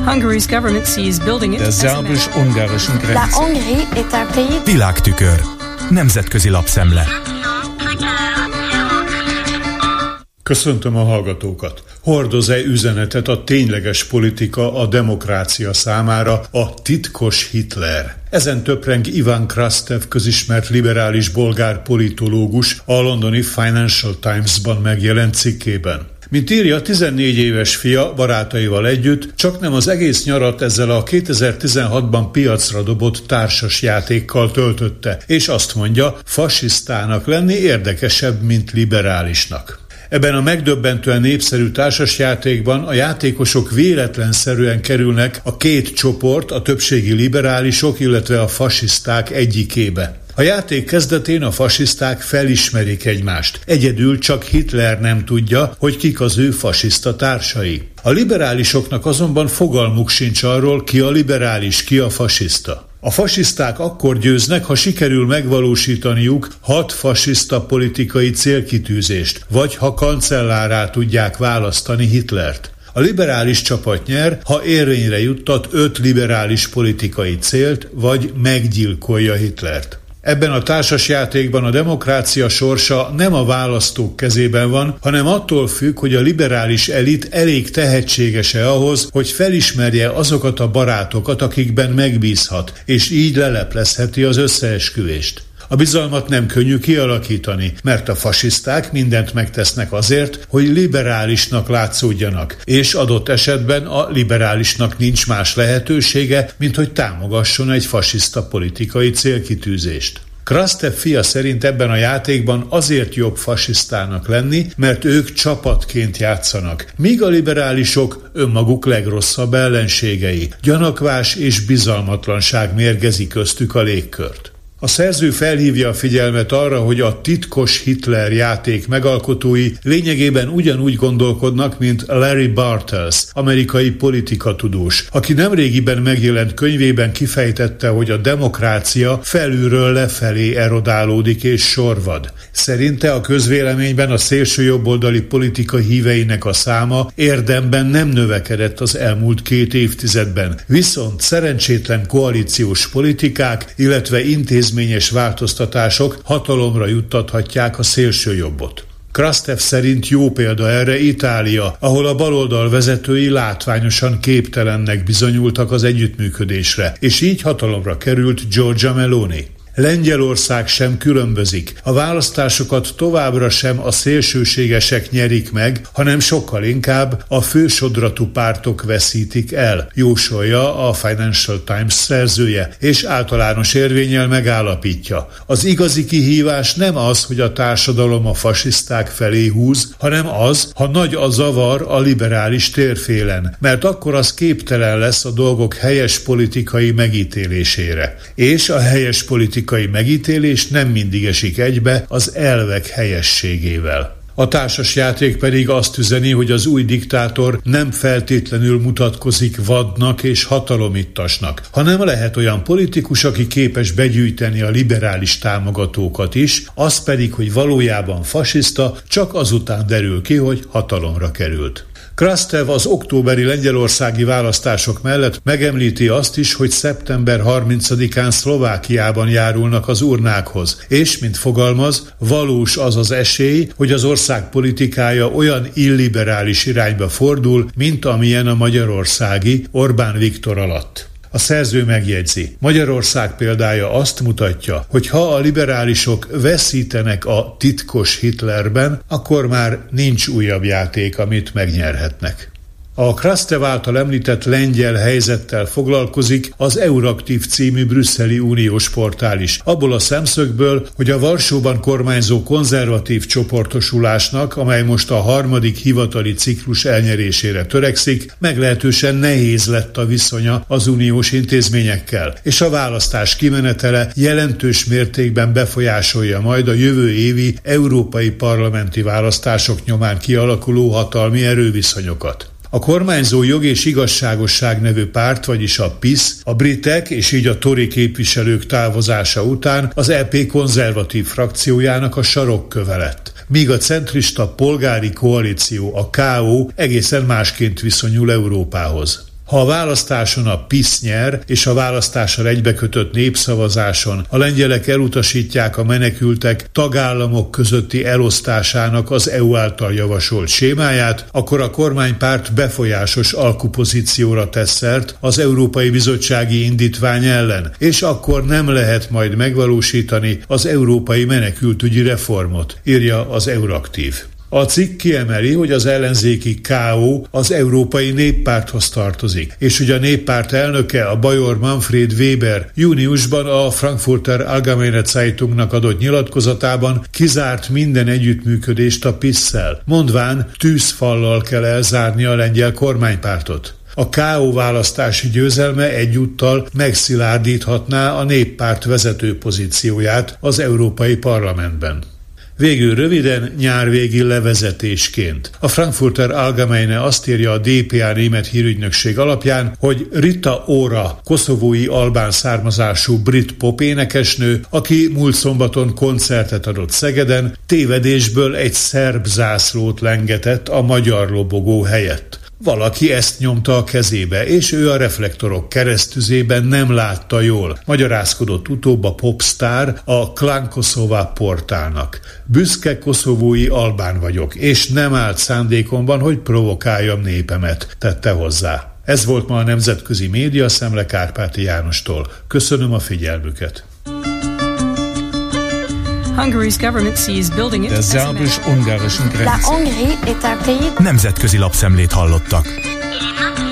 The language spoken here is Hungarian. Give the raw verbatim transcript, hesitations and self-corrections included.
der szerbus-ungarischen Grenze. La Hongrie est un pays. Világtükör. Nemzetközi lapszemle. Köszöntöm a hallgatókat! Hordoz-e üzenetet a tényleges politika a demokrácia számára a titkos Hitler? Ezen töpreng Ivan Krastev közismert liberális bolgár politológus a londoni Financial Times-ban megjelent cikkében. Mint írja, tizennégy éves fia barátaival együtt csaknem az egész nyarat ezzel a kétezer-tizenhatban piacra dobott társasjátékkal töltötte, és azt mondja, fasisztának lenni érdekesebb, mint liberálisnak. Ebben a megdöbbentően népszerű társasjátékban a játékosok véletlenszerűen kerülnek a két csoport, a többségi liberálisok, illetve a fasiszták egyikébe. A játék kezdetén a fasiszták felismerik egymást. Egyedül csak Hitler nem tudja, hogy kik az ő fasiszta társai. A liberálisoknak azonban fogalmuk sincs arról, ki a liberális, ki a fasiszta. A fasiszták akkor győznek, ha sikerül megvalósítaniuk hat fasiszta politikai célkitűzést, vagy ha kancellárrá tudják választani Hitlert. A liberális csapat nyer, ha érvényre juttat öt liberális politikai célt, vagy meggyilkolja Hitlert. Ebben a társasjátékban a demokrácia sorsa nem a választók kezében van, hanem attól függ, hogy a liberális elit elég tehetséges-e ahhoz, hogy felismerje azokat a barátokat, akikben megbízhat, és így leleplezheti az összeesküvést. A bizalmat nem könnyű kialakítani, mert a fasiszták mindent megtesznek azért, hogy liberálisnak látszódjanak, és adott esetben a liberálisnak nincs más lehetősége, mint hogy támogasson egy fasiszta politikai célkitűzést. Krastev fia szerint ebben a játékban azért jobb fasisztának lenni, mert ők csapatként játszanak, míg a liberálisok önmaguk legrosszabb ellenségei. Gyanakvás és bizalmatlanság mérgezi köztük a légkört. A szerző felhívja a figyelmet arra, hogy a titkos Hitler játék megalkotói lényegében ugyanúgy gondolkodnak, mint Larry Bartels, amerikai politikatudós, aki nemrégiben megjelent könyvében kifejtette, hogy a demokrácia felülről lefelé erodálódik és sorvad. Szerinte a közvéleményben a szélsőjobboldali politika híveinek a száma érdemben nem növekedett az elmúlt két évtizedben, viszont szerencsétlen koalíciós politikák, illetve intézmények intézményes változtatások hatalomra juttathatják a szélsőjobbot. Krastev szerint jó példa erre Itália, ahol a baloldal vezetői látványosan képtelennek bizonyultak az együttműködésre, és így hatalomra került Giorgia Meloni. Lengyelország sem különbözik. A választásokat továbbra sem a szélsőségesek nyerik meg, hanem sokkal inkább a fősodratú pártok veszítik el, jósolja a Financial Times szerzője, és általános érvénnyel megállapítja. Az igazi kihívás nem az, hogy a társadalom a fasiszták felé húz, hanem az, ha nagy a zavar a liberális térfélen, mert akkor az képtelen lesz a dolgok helyes politikai megítélésére. És a helyes politikai megítélés nem mindig esik egybe az elvek helyességével. A társasjáték pedig azt üzeni, hogy az új diktátor nem feltétlenül mutatkozik vadnak és hatalomittasnak, hanem lehet olyan politikus, aki képes begyűjteni a liberális támogatókat is, az pedig, hogy valójában fasiszta, csak azután derül ki, hogy hatalomra került. Krastev az októberi lengyelországi választások mellett megemlíti azt is, hogy szeptember harmincadikán Szlovákiában járulnak az urnákhoz, és, mint fogalmaz, valós az az esély, hogy az ország politikája olyan illiberális irányba fordul, mint amilyen a magyarországi Orbán Viktor alatt. A szerző megjegyzi, Magyarország példája azt mutatja, hogy ha a liberálisok veszítenek a titkos Hitlerben, akkor már nincs újabb játék, amit megnyerhetnek. A Krastev által említett lengyel helyzettel foglalkozik az Euraktív című brüsszeli uniós portál is, abból a szemszögből, hogy a Varsóban kormányzó konzervatív csoportosulásnak, amely most a harmadik hivatali ciklus elnyerésére törekszik, meglehetősen nehéz lett a viszonya az uniós intézményekkel, és a választás kimenetele jelentős mértékben befolyásolja majd a jövő évi európai parlamenti választások nyomán kialakuló hatalmi erőviszonyokat. A kormányzó Jog és Igazságosság nevű párt, vagyis a PiS, a britek és így a Tory képviselők távozása után az é pé konzervatív frakciójának a sarokköve lett, míg a centrista polgári koalíció, a ká o egészen másként viszonyul Európához. Ha a választáson a PiS nyer, és a választással egybekötött népszavazáson a lengyelek elutasítják a menekültek tagállamok közötti elosztásának az é u által javasolt sémáját, akkor a kormánypárt befolyásos alkupozícióra tesz szert az Európai Bizottsági indítvány ellen, és akkor nem lehet majd megvalósítani az európai menekültügyi reformot, írja az Euraktív. A cikk kiemeli, hogy az ellenzéki ká o az Európai Néppárthoz tartozik, és hogy a néppárt elnöke, a bajor Manfred Weber júniusban a Frankfurter Allgemeine Zeitungnak adott nyilatkozatában kizárt minden együttműködést a PiS-szel, mondván tűzfallal kell elzárni a lengyel kormánypártot. A ká o választási győzelme egyúttal megszilárdíthatná a néppárt vezető pozícióját az Európai Parlamentben. Végül röviden nyárvégi levezetésként. A Frankfurter Allgemeine azt írja a dé pé á német hírügynökség alapján, hogy Rita Ora, koszovói albán származású brit popénekesnő, aki múlt szombaton koncertet adott Szegeden, tévedésből egy szerb zászlót lengetett a magyar lobogó helyett. Valaki ezt nyomta a kezébe, és ő a reflektorok keresztüzében nem látta jól. Magyarázkodott utóbb a popstar a Klan Koszova portálnak. Büszke koszovói albán vagyok, és nem állt szándékomban, hogy provokáljam népemet, tette hozzá. Ez volt ma a Nemzetközi Média Szemle Kárpáti Jánostól. Köszönöm a figyelmüket. Der szerbus-ungarischen Grenze. La Hongrie est un pays... Nemzetközi lapszemlét hallottak.